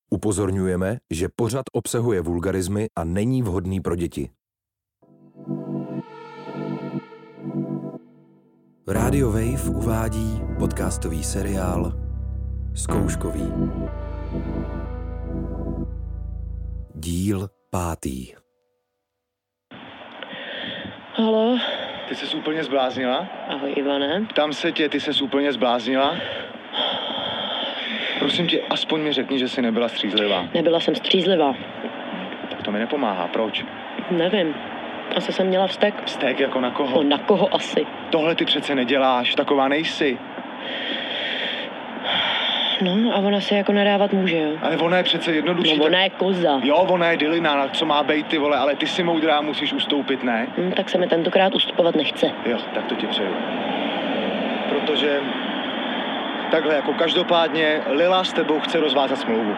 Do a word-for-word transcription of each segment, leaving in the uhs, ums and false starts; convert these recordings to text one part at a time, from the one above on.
Upozorňujeme, že pořad obsahuje vulgarismy a není vhodný pro děti. Radio Wave uvádí podcastový seriál Zkouškový. Díl pátý. Haló? Ty ses úplně zbláznila? Ahoj, Ivane. Ptám se tě, ty ses úplně zbláznila? Prosím tě, aspoň mi řekni, že jsi nebyla střízlivá. Nebyla jsem střízlivá. Tak to mi nepomáhá, proč? Nevím. Asi jsem měla vztek. Vztek jako na koho? No na koho asi? Tohle ty přece neděláš, taková nejsi. No a ona se jako nadávat může, jo? Ale ona je přece jednodušší. No ona tak... je koza. Jo, ona je dilina, co má bejt, ty vole, ale ty si moudrá, musíš ustoupit, ne? Hm, tak se mi tentokrát ustupovat nechce. Jo, tak to ti přeju. Protože takhle jako každopádně Lila s tebou chce rozvázat smlouvu.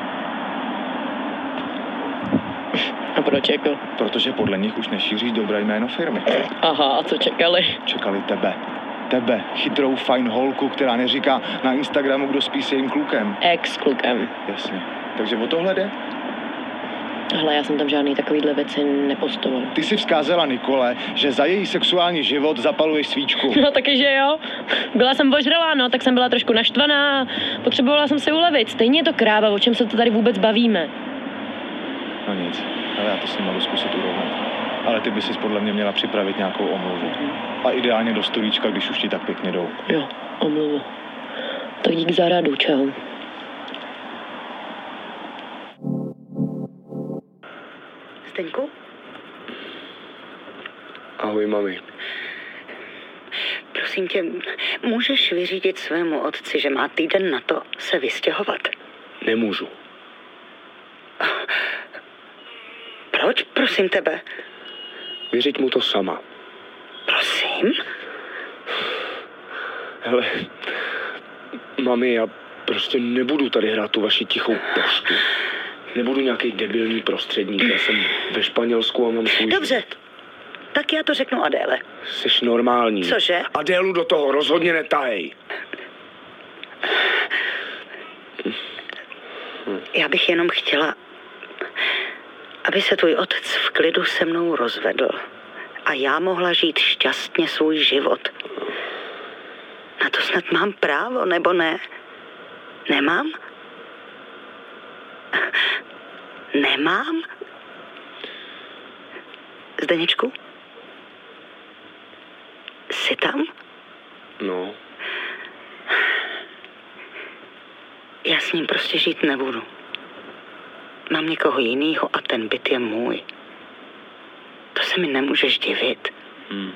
A proč jako? Protože podle nich už nešíří dobré jméno firmy. Aha, a co čekali? Čekali tebe. Tebe, chytrou, fajn holku, která neříká na Instagramu, kdo spí s jejím klukem. Ex-klukem. Jasně. Takže o tohle jde? Hele, já jsem tam žádný takovýhle věci nepostoval. Ty si vzkázala Nikole, že za její sexuální život zapaluješ svíčku. No taky, že jo. Byla jsem ožralá, no, tak jsem byla trošku naštvaná. Potřebovala jsem se ulevit. Stejně je to kráva, o čem se to tady vůbec bavíme. No nic, ale já to s ním mohu zkusit urovnat. Ale ty by si podle mě měla připravit nějakou omluvu. A ideálně do storíčka, když už ti tak pěkně jdou. Jo, omluvu. Tak dík za radu, čau. Zdeňku? Ahoj, mami. Prosím tě, můžeš vyřídit svému otci, že má týden na to se vystěhovat? Nemůžu. Proč, prosím tebe? Vyřiď mu to sama. Prosím? Hele, mami, já prostě nebudu tady hrát tu vaši tichou poštu. Nebudu nějaký debilní prostředník, já jsem ve Španělsku a mám svůj... Dobře, tak já to řeknu Adéle. Jseš normální. Cože? Adélu do toho rozhodně netahej. Já bych jenom chtěla, aby se tvůj otec v klidu se mnou rozvedl a já mohla žít šťastně svůj život. Na to snad mám právo, nebo ne? Nemám? Nemám? Zdeněčku? Jsi tam? No. Já s ním prostě žít nebudu. Mám někoho jinýho a ten byt je můj. To se mi nemůžeš divit. Hmm.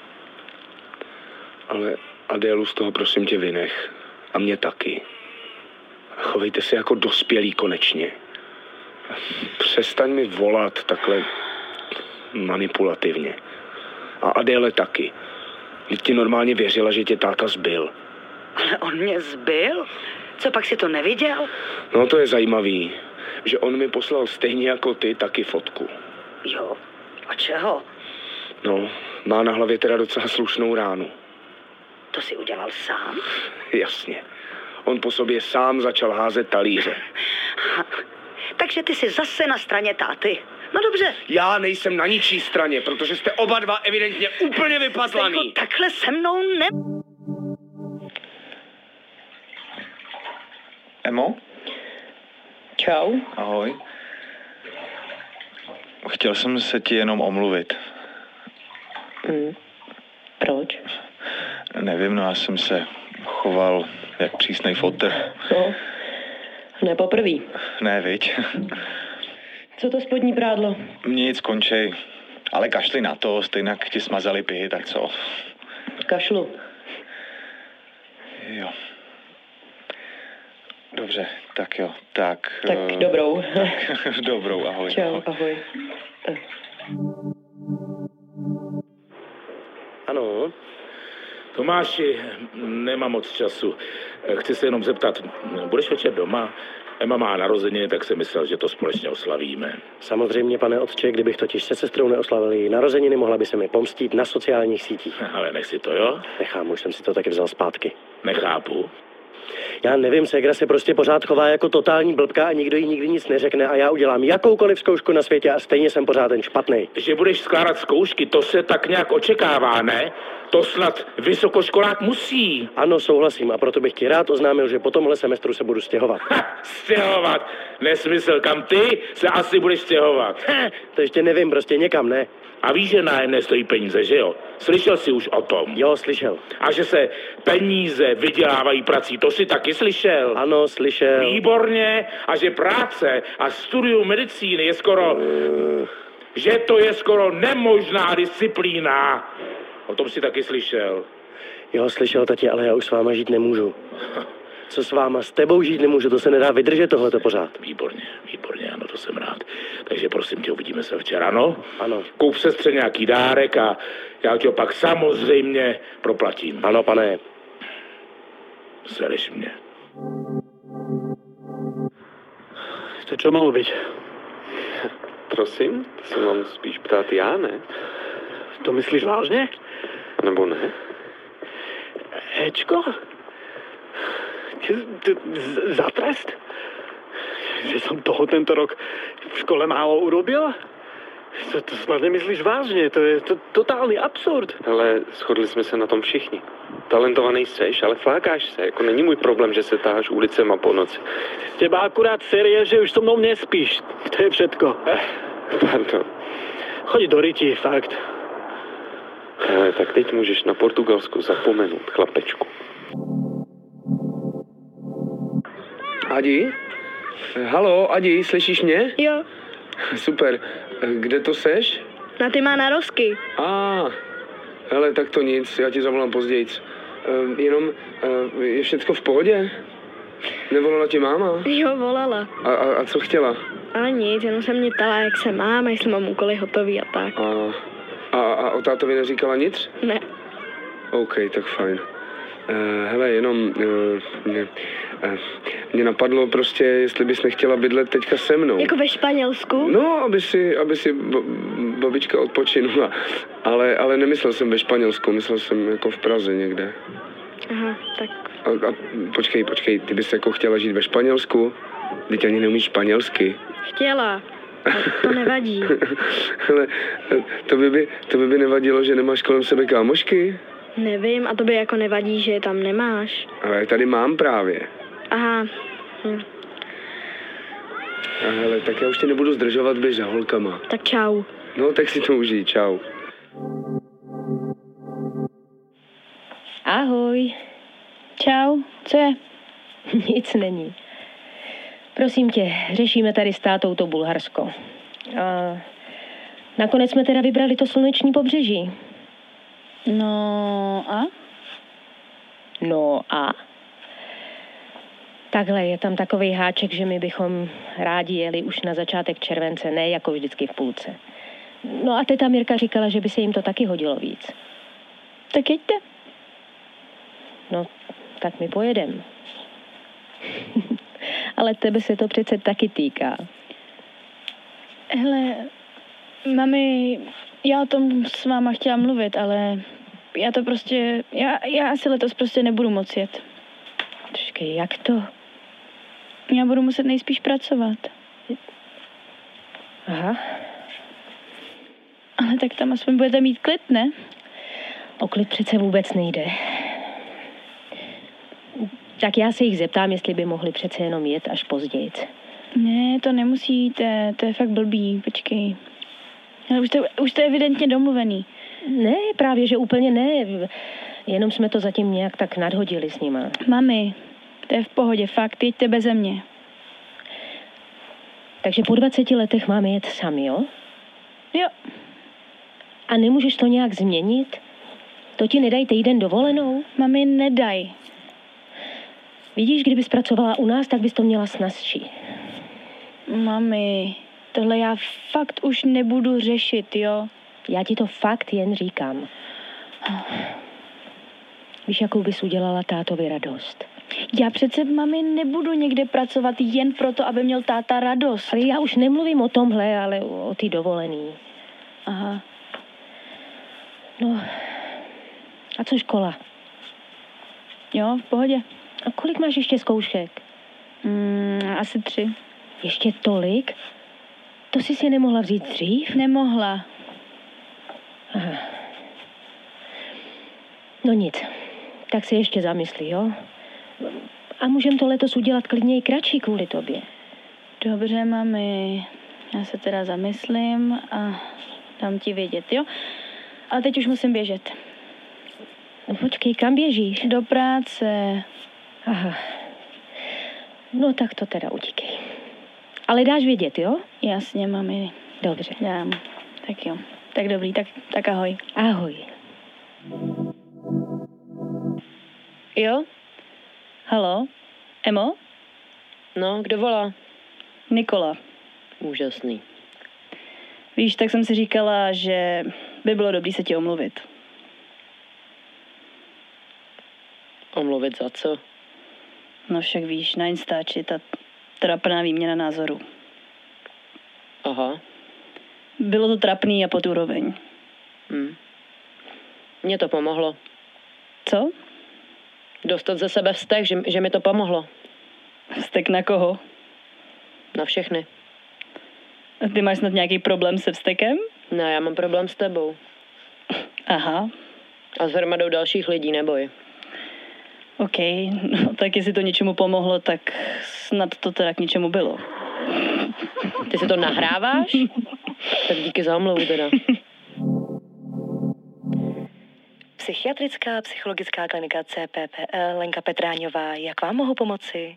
Ale Adélu z toho prosím tě vynech. A mě taky. Chovejte se jako dospělí konečně. Přestaň mi volat takhle manipulativně. A Adéle taky. Vždyť ti normálně věřila, že tě táta zbyl. Ale on mě zbyl? Co, pak si to neviděl? No to je zajímavý, že on mi poslal stejně jako ty taky fotku. Jo, a čeho? No, má na hlavě teda docela slušnou ránu. To si udělal sám? Jasně. On po sobě sám začal házet talíře. Ha, takže ty jsi zase na straně táty. No dobře. Já nejsem na ničí straně, protože jste oba dva evidentně úplně vypatlaný. Stejko, takhle se mnou ne... Emo? Čau. Ahoj. Chtěl jsem se ti jenom omluvit. Hm. Proč? Nevím, no já jsem se choval jak přísnej fotr. No, ne poprvý. Ne, viď? Co to spodní prádlo? Nic, končej. Ale kašli na to, stejně ti smazali pihy, tak co? Kašlu. Jo. Dobře, tak jo, tak... Tak uh, dobrou. Tak, dobrou, ahoj. Čau, ahoj. Ano, Tomáši, nemám moc času. Chci se jenom zeptat, budeš večer doma? Emma má narozeniny, tak jsem myslel, že to společně oslavíme. Samozřejmě, pane otče, kdybych totiž se sestrou neoslavil její narozeniny, mohla by se mi pomstít na sociálních sítích. Ale nech si to, jo? Nechám, už jsem si to taky vzal zpátky. Nechápu. Já nevím, ségra se prostě pořád chová jako totální blbka a nikdo jí nikdy nic neřekne a já udělám jakoukoliv zkoušku na světě a stejně jsem pořád ten špatný. Že budeš skládat zkoušky, to se tak nějak očekává, ne? To snad vysokoškolák musí. Ano, souhlasím a proto bych ti rád oznámil, že po tomhle semestru se budu stěhovat. Ha, stěhovat? Nesmysl, kam ty se asi budeš stěhovat? Ha, to ještě nevím, prostě někam, ne? A víš, že nájemné stojí peníze, že jo? Slyšel jsi už o tom? Jo, slyšel. A že se peníze vydělávají prací, to jsi taky slyšel? Ano, slyšel. Výborně. A že práce a studium medicíny je skoro... Uh... že to je skoro nemožná disciplína. O tom si taky slyšel. Jo, slyšel, tati, ale já už s váma žít nemůžu. Co s váma, s tebou žít nemůžu, to se nedá vydržet tohleto pořád. Výborně, výborně, ano, to jsem rád. Takže prosím tě, uvidíme se včera, ano? Ano. Koup sestře nějaký dárek a já ti ho pak samozřejmě proplatím. Ano, pane. Sereš mě. To čo malo byť? Prosím, to se mám spíš ptát já, ne? To myslíš vážně? Nebo ne? Ečko? Za trest? Že som toho tento rok v škole málo urobil? To, to snad nemyslíš vážně, to je to, totální absurd. Ale shodli jsme se na tom všichni. Talentovaný seš, ale flákáš se, jako není můj problém, že se táháš ulicema po noci. Teba akurát série, že už so mnou nespíš, to je všetko. Pardon. Chodí do ryti, fakt. Ale tak teď můžeš na Portugalsku zapomenout, chlapečku. Adi? Halo, Adi, slyšíš mě? Jo. Super. Kde to seš? Na ty má narozky. A, ah, hele, tak to nic, já ti zavolám pozdějc. Uh, jenom, uh, je všecko v pohodě? Nevolala ti máma? Jo, volala. A, a, a co chtěla? Ale nic, jenom se mě ptala, jak se mám, jestli mám úkoly hotový a tak. A, a, a o tátovi neříkala nic? Ne. OK, tak fajn. Uh, hele, jenom uh, mě, uh, mě napadlo prostě, jestli bys nechtěla bydlet teďka se mnou. Jako ve Španělsku? No, aby si, aby si bo, babička odpočinula. Ale, ale nemyslel jsem ve Španělsku, myslel jsem jako v Praze někde. Aha, tak. A, a počkej, počkej, ty bys jako chtěla žít ve Španělsku? Teď ani neumíš španělsky. Chtěla. To nevadí. Ale to by, by, to by by nevadilo, že nemáš kolem sebe kámošky? Nevím, a to by jako nevadí, že je tam nemáš. Ale tady mám právě. Aha. Hm. A hele, tak já už tě nebudu zdržovat, běž za holkama. Tak čau. No, tak si to užij, čau. Ahoj. Čau, co je? Nic není. Prosím tě, řešíme tady s tátou to Bulharsko. A nakonec jsme teda vybrali to sluneční pobřeží. No a? No a? Takhle, je tam takový háček, že my bychom rádi jeli už na začátek července, ne jako vždycky v půlce. No a teta Mirka říkala, že by se jim to taky hodilo víc. Tak jeďte. No, tak my pojedem. Ale tebe se to přece taky týká. Hele, mami, já o tom s váma chtěla mluvit, ale já to prostě, já, já asi letos prostě nebudu moc jet. Počkej, jak to? Já budu muset nejspíš pracovat. Aha. Ale tak tam aspoň budete mít klid, ne? O klid přece vůbec nejde. Tak já se jich zeptám, jestli by mohli přece jenom jet až později. Ne, to nemusíte, to je fakt blbý, počkej. Ale už to, už to je evidentně domluvený. Ne, právě, že úplně ne. Jenom jsme to zatím nějak tak nadhodili s nima. Mami, to je v pohodě, fakt, jeďte beze mě. Takže po dvaceti letech máme jet sami, jo? Jo. A nemůžeš to nějak změnit? To ti nedají týden dovolenou? Mami, nedaj. Vidíš, kdybys pracovala u nás, tak bys to měla snazší. Mami, tohle já fakt už nebudu řešit, jo? Já ti to fakt jen říkám. Víš, jakou bys udělala tátovi radost? Já přece, mami, nebudu někde pracovat jen proto, aby měl táta radost. Ale já už nemluvím o tomhle, ale o, o ty dovolený. Aha. No, a co škola? Jo, v pohodě. A kolik máš ještě zkoušek? Mm, asi tři. Ještě tolik? To jsi si nemohla vzít dřív? Nemohla. Aha. No nic, tak si ještě zamyslí, jo? A můžem to letos udělat klidně i kratší kvůli tobě. Dobře, mami. Já se teda zamyslím a dám ti vědět, jo? Ale teď už musím běžet. No počkej, kam běžíš? Do práce. Aha. No tak to teda utíkej. Ale dáš vědět, jo? Jasně, mami. Dobře. Dám. Tak jo. Tak dobrý, tak, tak ahoj. Ahoj. Jo? Halo? Emo? No, kdo volá? Nikola. Úžasný. Víš, tak jsem si říkala, že by bylo dobrý se ti omluvit. Omluvit za co? No však víš, na Instači ta trapná výměna názorů. Aha. Bylo to trapný a pod úroveň. Hm. Mně to pomohlo. Co? Dostat ze sebe vztek, že, že mi to pomohlo. Vztek na koho? Na všechny. A ty máš snad nějaký problém se vztekem? Ne, já mám problém s tebou. Aha. A s hromadou dalších lidí, neboj. OK, no tak jestli to něčemu pomohlo, tak snad to teda k něčemu bylo. Ty si to nahráváš? Tak díky za omluvu teda. Psychiatrická psychologická klinika C P P L, Lenka Petráňová, jak vám mohu pomoci?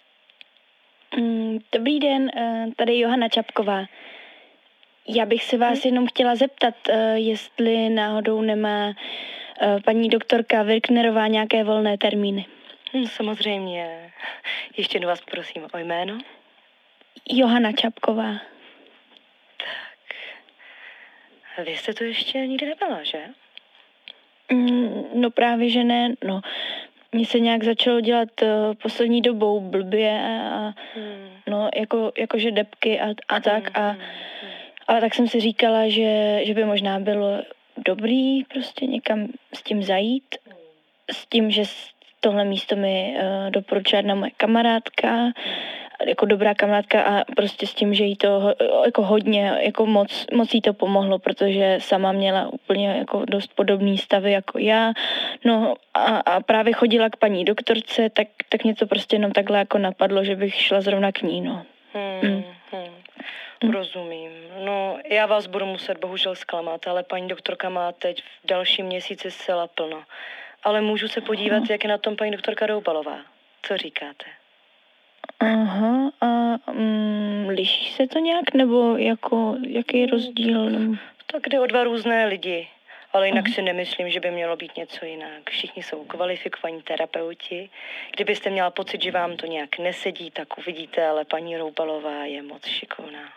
Mm, dobrý den, tady Johana Čapková. Já bych se vás jenom chtěla zeptat, jestli náhodou nemá paní doktorka Virknerová nějaké volné termíny. Hm, samozřejmě. Ještě jednou vás prosím o jméno. Johana Čapková. Tak. Vy jste tu ještě nikdy nebyla, že? Mm, no právě, že ne. No, mně se nějak začalo dělat uh, poslední dobou blbě a hmm. no, jako, jakože debky a, a tak. A, ale tak jsem si říkala, že, že by možná bylo dobrý prostě někam s tím zajít. S tím, že tohle místo mi uh, doporučila jedna moje kamarádka, jako dobrá kamarádka a prostě s tím, že jí to jako hodně, jako moc, moc jí to pomohlo, protože sama měla úplně jako dost podobný stavy jako já. No a, a právě chodila k paní doktorce, tak, tak mě to prostě jenom takhle jako napadlo, že bych šla zrovna k ní, no. Hmm, hmm. Hmm. Rozumím. No, já vás budu muset bohužel zklamat, ale paní doktorka má teď v dalším měsíci zcela plno. Ale můžu se podívat, jak je na tom paní doktorka Roubalová. Co říkáte? Aha, a mm, liší se to nějak, nebo jako, jaký je rozdíl? Tak jde o dva různé lidi, ale jinak Aha. si nemyslím, že by mělo být něco jinak. Všichni jsou kvalifikovaní terapeuti. Kdybyste měla pocit, že vám to nějak nesedí, tak uvidíte, ale paní Roubalová je moc šikovná.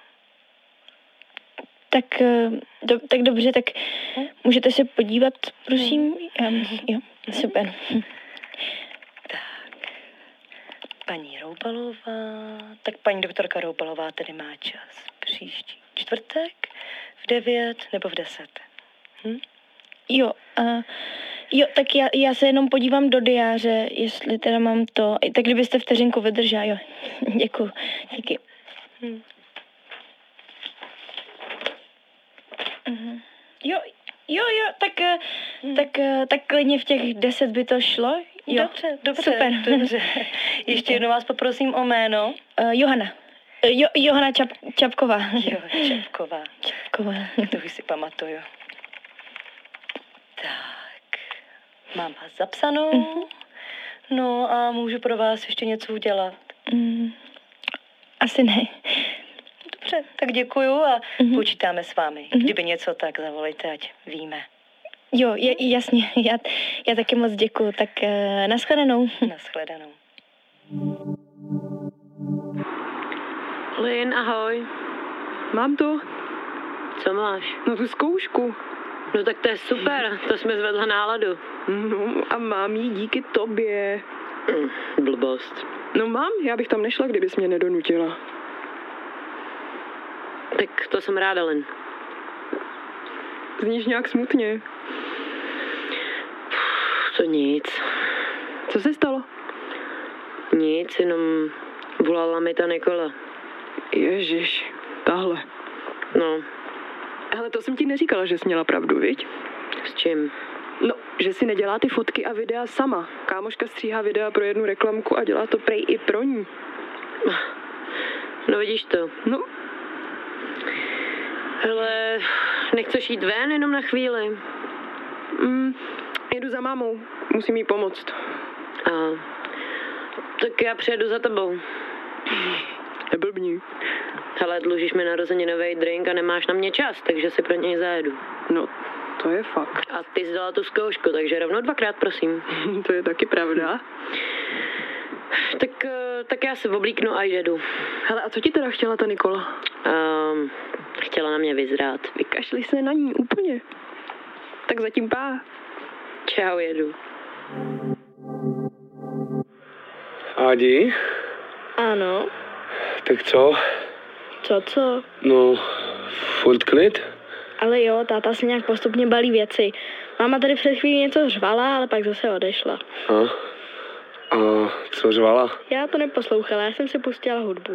Tak, do, tak dobře, tak můžete se podívat, prosím? Um, jo, super. Paní Roubalová, tak paní doktorka Roubalová tedy má čas příští čtvrtek v devět nebo v deset. Hm? Jo, uh, jo, tak já, já se jenom podívám do diáře, jestli teda mám to, tak kdybyste vteřinku vydržela, jo, děkuju, díky. Hm. Uh-huh. Jo, jo, jo, tak, hmm. tak, tak klidně v těch deset by to šlo. Jo. Dobře, dobře, super. Dobře. Ještě jednou vás poprosím o jméno. Uh, Johana. Uh, jo, Johana Čap, Čapková. Jo, Čapková. Čapková. To už si pamatuju. Tak, mám vás zapsanou. Uh-huh. No a můžu pro vás ještě něco udělat? Mm, asi ne. Dobře, tak děkuju a uh-huh. počítáme s vámi. Uh-huh. Kdyby něco, tak zavolejte, ať víme. Jo, je, jasně, já, já taky moc děkuju, tak uh, nashledanou. Nashledanou. Lin, ahoj. Mám to. Co máš? No tu zkoušku. No tak to je super, to jsme zvedla náladu. No a mám jí díky tobě. Mm, blbost. No mám, já bych tam nešla, kdybys mě nedonutila. Tak to jsem ráda, Lin. Zníš nějak smutně. To nic. Co se stalo? Nic, jenom volala mi ta Nikola. Ježiš, tahle. No. Hele, to jsem ti neříkala, že jsi měla pravdu, viď? S čím? No, že si nedělá ty fotky a videa sama. Kámoška stříhá videa pro jednu reklamku a dělá to prej i pro ní. No vidíš to. No. Hele, nechceš jít ven jenom na chvíli? Mm, jedu za mámou. Musím jí pomoct. A, tak já přijedu za tebou. Neblbni. Hele, dlužíš mi narozeninový drink a nemáš na mě čas, takže si pro něj zajedu. No, to je fakt. A ty jsi dala tu zkoušku, takže rovnou dvakrát, prosím. To je taky pravda. Tak, tak já se oblíknu a jedu. Hele, a co ti teda chtěla ta Nikola? Um, chtěla na mě vyzrát. Vykašli se na ní úplně. Tak zatím pá. Čau, jedu. Ádi? Ano. Tak co? Co, co? No, furt klid? Ale jo, táta si nějak postupně balí věci. Máma tady před chvílí něco řvala, ale pak zase odešla. A? A co řvala? Já to neposlouchala, já jsem si pustila hudbu.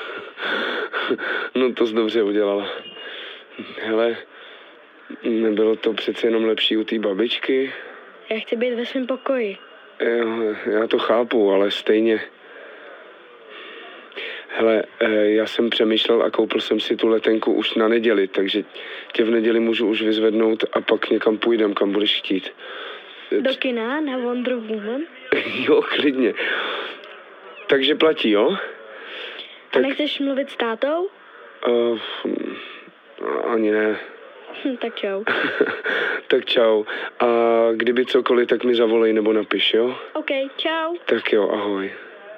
No to jsi dobře udělala. Hele, nebylo to přece jenom lepší u té babičky? Já chci být ve svém pokoji. Jo, já to chápu, ale stejně. Hele, já jsem přemýšlel a koupil jsem si tu letenku už na neděli, takže tě v neděli můžu už vyzvednout a pak někam půjdem, kam budeš chtít. Do kina na Wonder Woman? Jo, klidně. Takže platí, jo? Tak... A nechceš mluvit s tátou? Uh, ani ne. Hm, tak čau. Tak čau. A kdyby cokoliv, tak mi zavolej nebo napiš, jo? OK, čau. Tak jo, ahoj.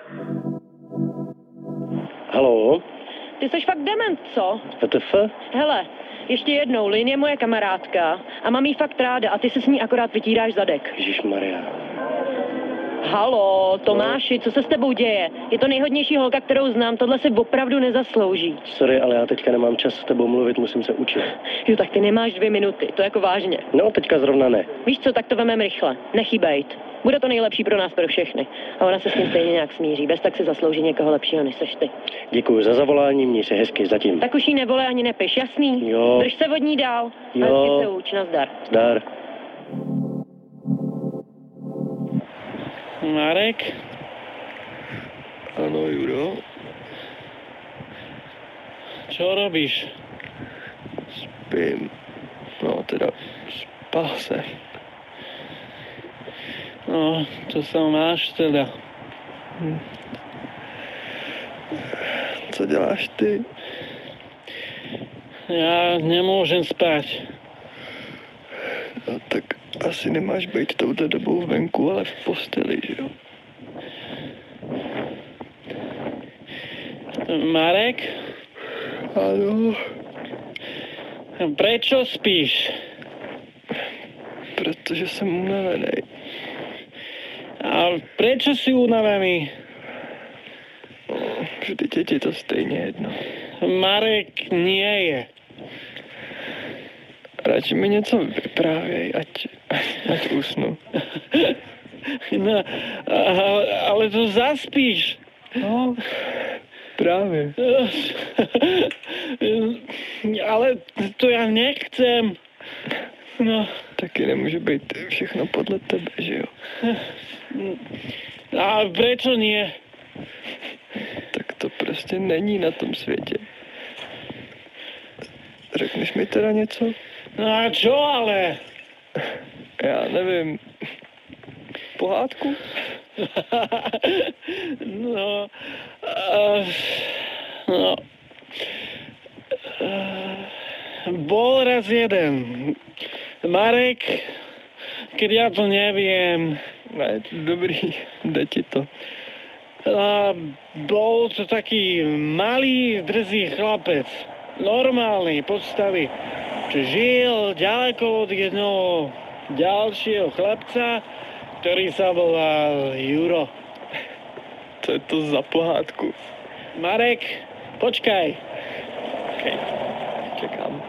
Haló? Ty jsi fakt dement, co? V T F? Hele, ještě jednou, Lin je moje kamarádka a mám jí fakt ráda a ty se s ní akorát vytíráš zadek. Ježišmarja. Halo, Tomáši, co se s tebou děje? Je to nejhodnější holka, kterou znám, tohle si opravdu nezaslouží. Sorry, ale já teďka nemám čas s tebou mluvit, musím se učit. Jo, tak ty nemáš dvě minuty, to jako vážně. No, teďka zrovna ne. Víš co, tak to vemem rychle, nechybejt. Bude to nejlepší pro nás, pro všechny. A ona se s tím stejně nějak smíří, bez tak si zaslouží někoho lepšího, než seš ty. Děkuju za zavolání, měj se hezky, zatím. Tak už jí nevole ani nepiš, jasný? Jo. Drž se od ní dál. Jo. A hezky se uč, nazdar. Zdar. Marek? Ano, Juro? Čo robíš? Spím. No, teda spal jsem. No, to sa máš teda. Hm. Co děláš ty? Já nemůžem spát. No, tak asi nemáš být touto dobou venku, ale v posteli, že jo? Marek? Áno. Prečo spíš? Protože jsem unavený. A prečo si unavený? Vždyť je ti to stejně jedno. Marek nie je. Radši mi něco vyprávěj, ať, ať usnu. No, ale, ale to zaspíš. No, právě. Ale to já nechcem. No. Taky nemůže být všechno podle tebe, že jo? A prečo nie? Tak to prostě není na tom světě. Řekneš mi teda něco? No a čo ale? Já nevím. Pohádku? No, uh, no. Uh, bol raz jeden. Marek, keď ja to neviem. Ne, dobrý, daj ti to. A bol to taký malý, drzý chlapec. Normálny postavy. Čo žil ďaleko od jednoho ďalšieho chlapca, ktorý sa volal Juro. Co je to za pohádku? Marek, počkaj. Okay. Čekám.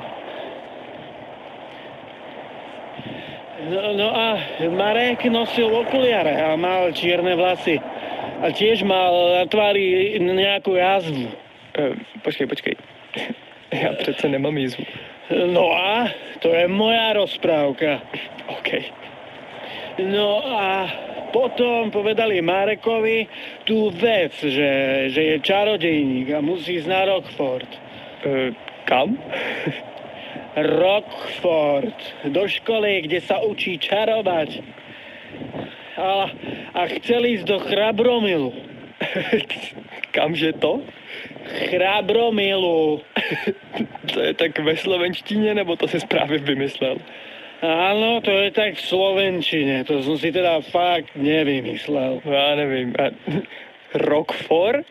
No, no a Marek nosil okuliare a mal čierne vlasy. A tiež mal na tvári nejakú jazvu. E, počkej, počkej. Ja přece nemám jizvu. No a? To je moja rozprávka. OK. No a potom povedali Marekovi tú vec, že, že je čarodejník a musí ísť na Rockford. E, kam? Rockford. Do školy, kde sa učí čarovať. A, a chcel ísť do Chrabromilu. Kamže to? Chrabromilu. To je tak ve slovenštině, nebo to si právě vymyslel? Áno, to je tak v slovenčine. To som si teda fakt nevymyslel. Já nevím. A Rockford?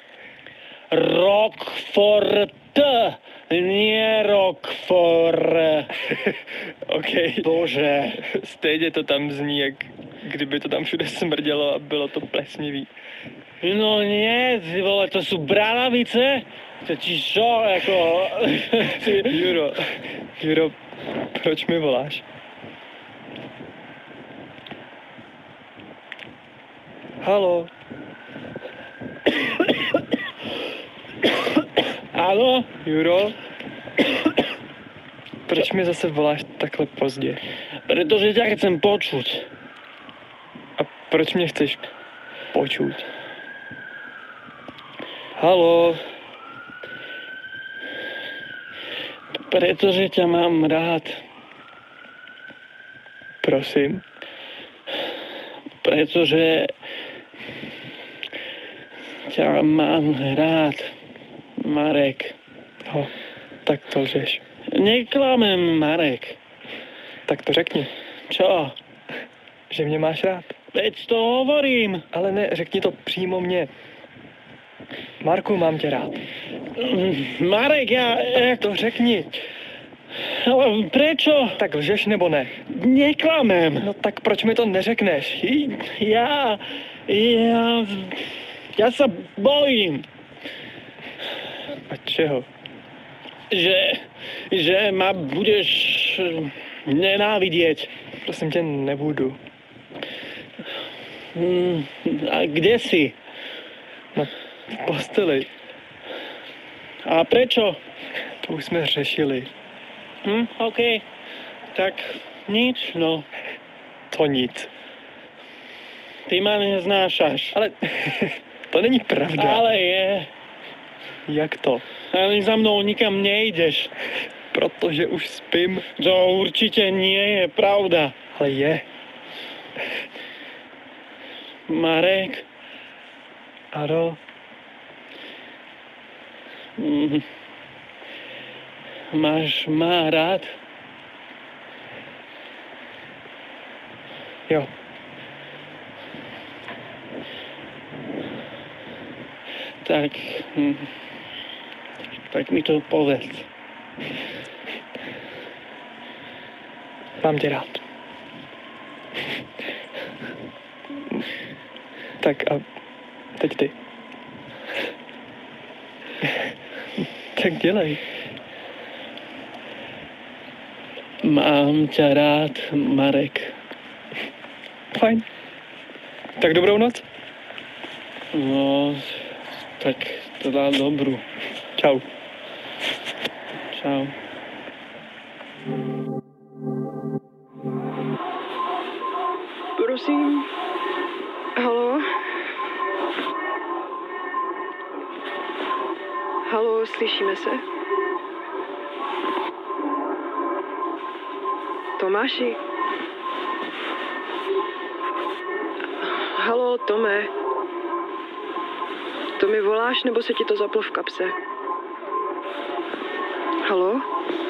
Rockford. Nie Rockford. OK. Bože. Stejně to tam zní, jak kdyby to tam všude smrdělo a bylo to plesnivý. No nie, ty vole, to sú branavice? To ti čo, jako... Juro, Juro, proč mi voláš? Haló? Áno? Juro? Proč mi zase voláš takhle pozdě? Pretože ťa chcem počuť. A proč mě chceš počuť? Haló? Pretože ťa mám rád. Prosím? Pretože ťa mám rád, Marek. No, tak to lžeš. Neklamem, Marek. Tak to řekni. Čo? Že mě máš rád. Veď to hovorím. Ale ne, řekni to přímo mně. Marku, mám tě rád. Marek, já... Tak to řekni. Ale prečo? Tak lžeš nebo ne? Neklamem. No tak proč mi to neřekneš? Já... Já... Já se bojím. A čeho? Že... Že ma budeš nenávidět. Prosím tě, nebudu. Hmm, a kde jsi? No, v posteli. A prečo? To už jsme řešili. Hm, OK. Tak nič, no. To nic. Ty ma neznášaš. Ale to není pravda. Ale je. Jak to? Ale za mnou nikam nejdeš. Protože už spím. To určitě nie je pravda. Ale je. Marek? Ano. Mm. Máš má rád? Jo. Tak... Hm. Tak mi to povedz. Mám tě rád. Tak a teď ty. Tak dělej. Mám tě rád, Marek. Fajn. Tak dobrou noc. No, tak to dá dobrou. Čau. Čau. Prosím. Haló? Haló, slyšíme se? Tomáši? Haló, Tome? To mi voláš, nebo se ti to zaplo v kapse? Haló?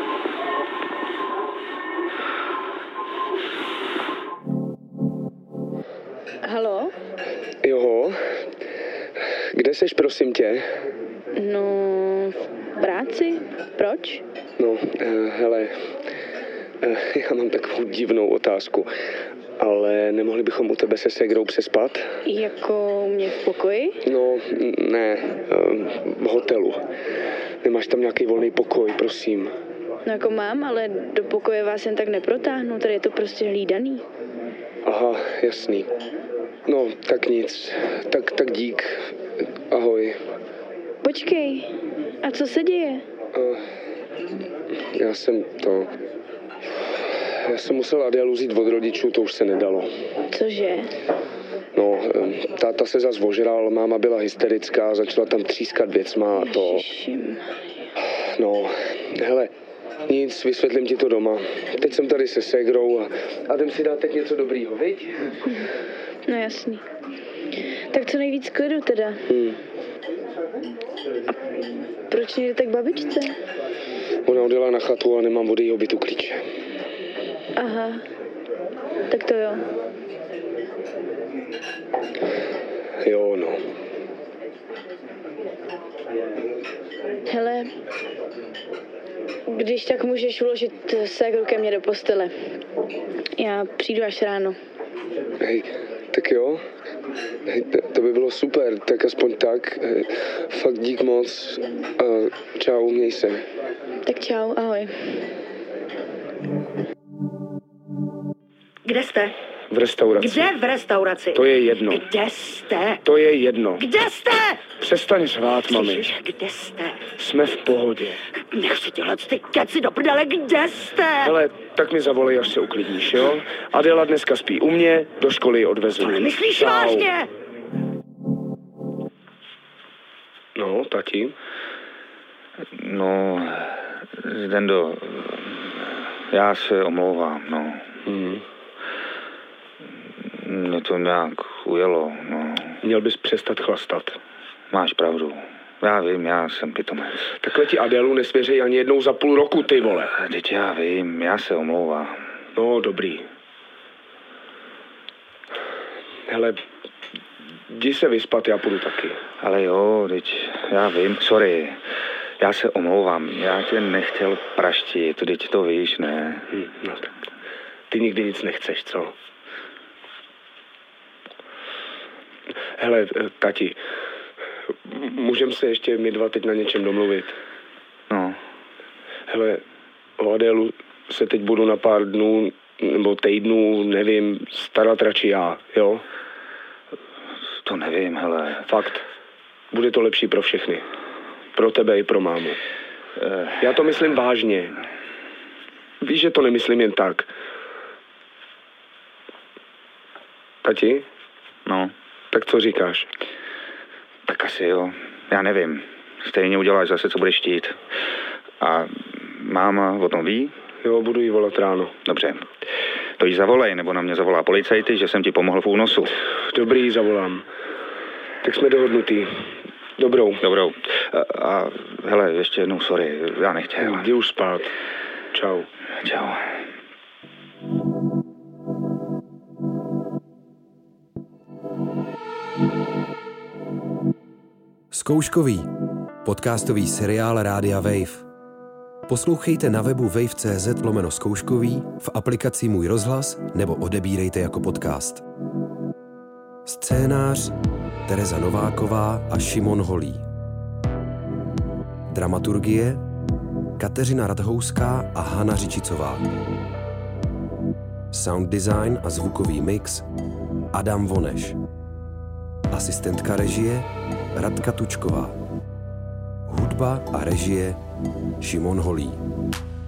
Haló? Jo, kde seš, prosím tě? No, v práci. Proč? No, uh, hele, uh, já mám takovou divnou otázku, ale nemohli bychom u tebe se ségrou přespat? Jako u mě v pokoji? No, ne, uh, v hotelu. Nemáš tam nějaký volný pokoj, prosím? No jako mám, ale do pokoje vás jen tak neprotáhnu, tady je to prostě hlídaný. Aha, jasný. No, tak nic. Tak, tak dík. Ahoj. Počkej, a co se děje? Uh, já jsem to... Já jsem musel Adélu vzít od rodičů, to už se nedalo. Cože? No, táta se zas ožral, máma byla hysterická, začala tam třískat věcma a to... Ježišim. No, hele, nic, vysvětlím ti to doma. Teď jsem tady se ségrou a, a jdem si dát teď něco dobrýho, viď? No jasný. Tak co nejvíc klidu teda. Hmm. A proč nejde tak babičce? Ona odjela na chatu a nemám od jejího bytu klíče. Aha, tak to jo. Jo, no. Hele, když tak můžeš uložit ségru ke mně do postele. Já přijdu až ráno. Hej, tak jo. Hej, to by bylo super, tak aspoň tak. Hej, fakt dík moc. Uh, čau, měj se. Tak čau, ahoj. Kde jste? V restauraci. Kde v restauraci? To je jedno. Kde jste? To je jedno. Kde jste? Přestaň řvát, mami. Slyšíš, kde jste? Jsme v pohodě. Nechci dělat ty keci do prdele, kde jste? Hele, tak mi zavolej, až se uklidníš, jo? Adela dneska spí u mě, do školy ji odvezu. To nemyslíš vážně? No, tati? No, Zdendo, já se omlouvám, no. Hmm. Mě to nějak ujelo, no. Měl bys přestat chlastat. Máš pravdu. Já vím, já jsem pitomec. Takhle ti Adélu nesvěřej ani jednou za půl roku, ty vole. Teď já vím, já se omlouvám. No, dobrý. Hele, jdi se vyspat, já půjdu taky. Ale jo, teď já vím, sorry. Já se omlouvám, já tě nechtěl praštit, teď to víš, ne? Hm, no tak, ty nikdy nic nechceš, co? Hele, tati, můžeme se ještě my dva teď na něčem domluvit? No. Hele, o Adélu se teď budu na pár dnů nebo týdnů, nevím, starat radši já, jo? To nevím, hele. Fakt, bude to lepší pro všechny. Pro tebe i pro mámu. Já to myslím vážně. Víš, že to nemyslím jen tak. Tati? No. Tak co říkáš? Tak asi jo. Já nevím. Stejně uděláš zase, co budeš chtít. A máma o tom ví? Jo, budu jí volat ráno. Dobře. To jí zavolej, nebo na mě zavolá policajty, že jsem ti pomohl v únosu. Dobrý, zavolám. Tak jsme dohodnutý. Dobrou. Dobrou. A, a hele, ještě jednou sorry, já nechtěl. Jdi už spát. Čau. Čau. Zkouškový. Podcastový seriál Rádia Wave. Poslouchejte na webu wave tečka cz lomeno zkouškový, v aplikaci Můj rozhlas nebo odebírejte jako podcast. Scénář Tereza Nováková a Šimon Holý. Dramaturgie Kateřina Radhouská a Hana Řičicová. Sound design a zvukový mix Adam Voneš. Asistentka režie Radka Tučková. Hudba a režie Šimon Holý.